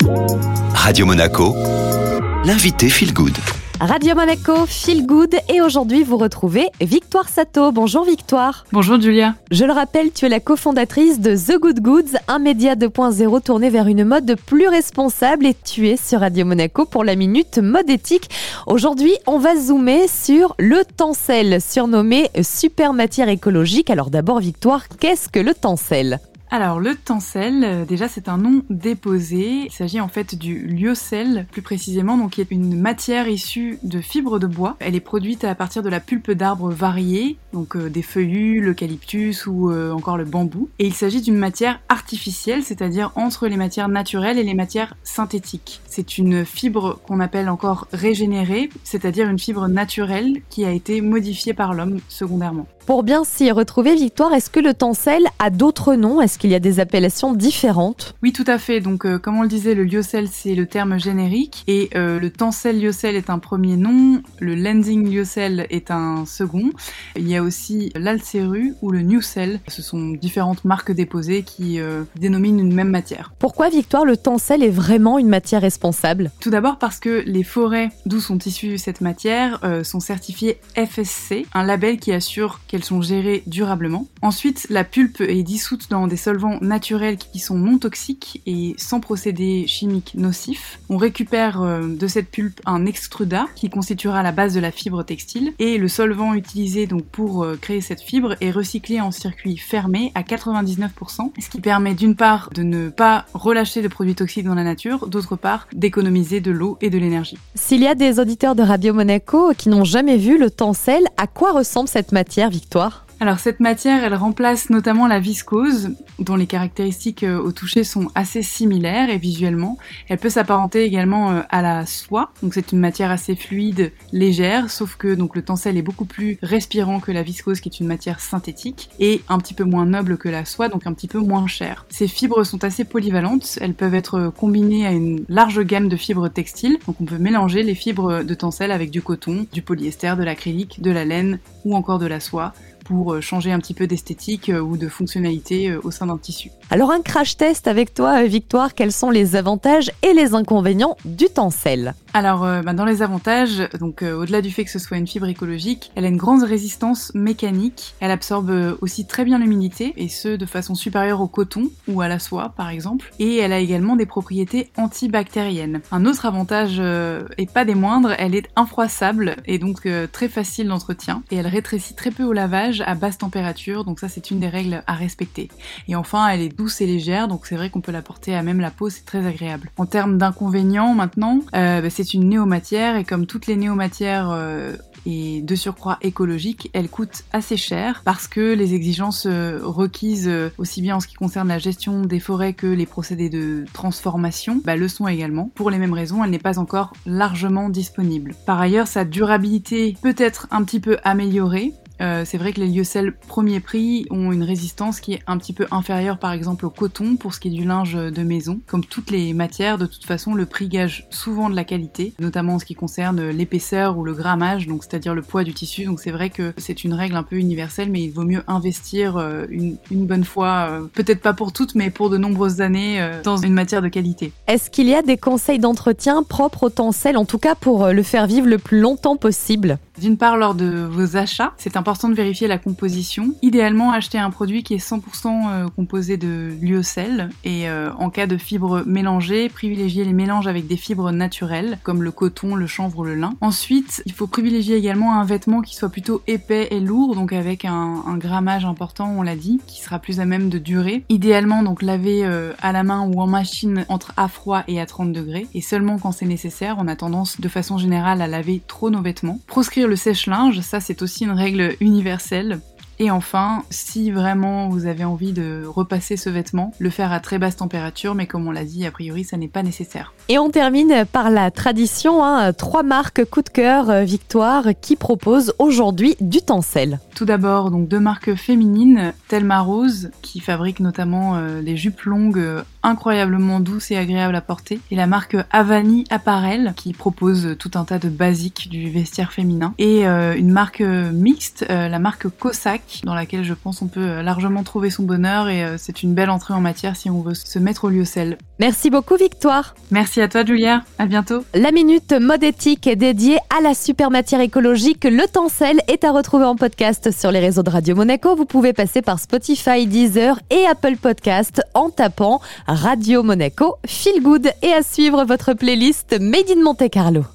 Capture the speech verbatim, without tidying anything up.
Radio Monaco, l'invité Feel Good. Radio Monaco, Feel Good, et aujourd'hui vous retrouvez Victoire Sato. Bonjour Victoire. Bonjour Julia. Je le rappelle, tu es la cofondatrice de The Good Goods, un média deux point zéro tourné vers une mode plus responsable, et tu es sur Radio Monaco pour la Minute Mode Éthique. Aujourd'hui, on va zoomer sur le tencel, surnommé super matière écologique. Alors d'abord Victoire, qu'est-ce que le tencel ? Alors le tencel, euh, déjà c'est un nom déposé. Il s'agit en fait du lyocell, plus précisément, donc qui est une matière issue de fibres de bois. Elle est produite à partir de la pulpe d'arbres variés, donc euh, des feuillus, l'eucalyptus ou euh, encore le bambou. Et il s'agit d'une matière artificielle, c'est-à-dire entre les matières naturelles et les matières synthétiques. C'est une fibre qu'on appelle encore régénérée, c'est-à-dire une fibre naturelle qui a été modifiée par l'homme secondairement. Pour bien s'y retrouver, Victoire, est-ce que le tencel a d'autres noms ? Est-ce qu'il y a des appellations différentes ? Oui, tout à fait. Donc, euh, comme on le disait, le lyocell, c'est le terme générique. Et euh, le tencel lyocell est un premier nom. Le lenzing lyocell est un second. Il y a aussi l'alceru ou le newcell. Ce sont différentes marques déposées qui euh, dénominent une même matière. Pourquoi, Victoire, le tencel est vraiment une matière responsable ? Tout d'abord parce que les forêts d'où sont issues cette matière euh, sont certifiées F S C, un label qui assure qu'elles sont gérées durablement. Ensuite, la pulpe est dissoute dans des solvants naturels qui sont non toxiques et sans procédés chimiques nocifs. On récupère euh, de cette pulpe un extrudat qui constituera la base de la fibre textile, et le solvant utilisé donc pour euh, créer cette fibre est recyclé en circuit fermé à quatre-vingt-dix-neuf pour cent, ce qui permet d'une part de ne pas relâcher de produits toxiques dans la nature, d'autre part d'économiser de l'eau et de l'énergie. S'il y a des auditeurs de Radio Monaco qui n'ont jamais vu le tencel, à quoi ressemble cette matière, Victoire ? Alors cette matière, elle remplace notamment la viscose, dont les caractéristiques au toucher sont assez similaires et visuellement. Elle peut s'apparenter également à la soie, donc c'est une matière assez fluide, légère, sauf que donc le tencel est beaucoup plus respirant que la viscose, qui est une matière synthétique, et un petit peu moins noble que la soie, donc un petit peu moins chère. Ces fibres sont assez polyvalentes, elles peuvent être combinées à une large gamme de fibres textiles, donc on peut mélanger les fibres de tencel avec du coton, du polyester, de l'acrylique, de la laine ou encore de la soie, pour changer un petit peu d'esthétique ou de fonctionnalité au sein d'un tissu. Alors un crash test avec toi, Victoire, quels sont les avantages et les inconvénients du tencel ? Alors euh, bah dans les avantages, donc euh, au-delà du fait que ce soit une fibre écologique, elle a une grande résistance mécanique, elle absorbe euh, aussi très bien l'humidité, et ce de façon supérieure au coton ou à la soie par exemple, et elle a également des propriétés antibactériennes. Un autre avantage, euh, et pas des moindres, elle est infroissable et donc euh, très facile d'entretien, et elle rétrécit très peu au lavage à basse température, donc ça c'est une des règles à respecter. Et enfin, elle est douce et légère, donc c'est vrai qu'on peut la porter à même la peau, c'est très agréable. En termes d'inconvénients maintenant, euh, bah, c'est une néomatière, et comme toutes les néomatières euh, et de surcroît écologiques, elle coûte assez cher parce que les exigences euh, requises euh, aussi bien en ce qui concerne la gestion des forêts que les procédés de transformation bah, le sont également. Pour les mêmes raisons, elle n'est pas encore largement disponible. Par ailleurs, sa durabilité peut être un petit peu améliorée. Euh, c'est vrai que les lyocell premier prix ont une résistance qui est un petit peu inférieure par exemple au coton pour ce qui est du linge de maison. Comme toutes les matières, de toute façon, le prix gage souvent de la qualité, notamment en ce qui concerne l'épaisseur ou le grammage, donc c'est-à-dire le poids du tissu. Donc c'est vrai que c'est une règle un peu universelle, mais il vaut mieux investir euh, une, une bonne fois, euh, peut-être pas pour toutes, mais pour de nombreuses années euh, dans une matière de qualité. Est-ce qu'il y a des conseils d'entretien propres au tencel, en tout cas pour le faire vivre le plus longtemps possible ? D'une part, lors de vos achats, c'est important de vérifier la composition. Idéalement, acheter un produit qui est cent pour cent composé de lyocell, et euh, en cas de fibres mélangées, privilégier les mélanges avec des fibres naturelles, comme le coton, le chanvre ou le lin. Ensuite, il faut privilégier également un vêtement qui soit plutôt épais et lourd, donc avec un, un grammage important, on l'a dit, qui sera plus à même de durer. Idéalement, donc laver euh, à la main ou en machine entre à froid et à trente degrés, et seulement quand c'est nécessaire. On a tendance de façon générale à laver trop nos vêtements. Proscrire le sèche-linge, ça c'est aussi une règle universelle. Et enfin, si vraiment vous avez envie de repasser ce vêtement, le faire à très basse température, mais comme on l'a dit, a priori, ça n'est pas nécessaire. Et on termine par la tradition, hein, trois marques coup de cœur, Victoire, qui proposent aujourd'hui du tencel. Tout d'abord, donc deux marques féminines, Thelma Rose, qui fabrique notamment euh, les jupes longues incroyablement douce et agréable à porter. Et la marque Avani Apparel qui propose tout un tas de basiques du vestiaire féminin. Et euh, une marque mixte, euh, la marque Cossack, dans laquelle je pense on peut largement trouver son bonheur et euh, c'est une belle entrée en matière si on veut se mettre au lieu-sel. Merci beaucoup Victoire. Merci à toi Julia, à bientôt. La Minute Mode Éthique est dédiée à la super matière écologique. Le Tencel est à retrouver en podcast sur les réseaux de Radio Monaco. Vous pouvez passer par Spotify, Deezer et Apple Podcast en tapant Radio Monaco Feel Good et à suivre votre playlist Made in Monte Carlo.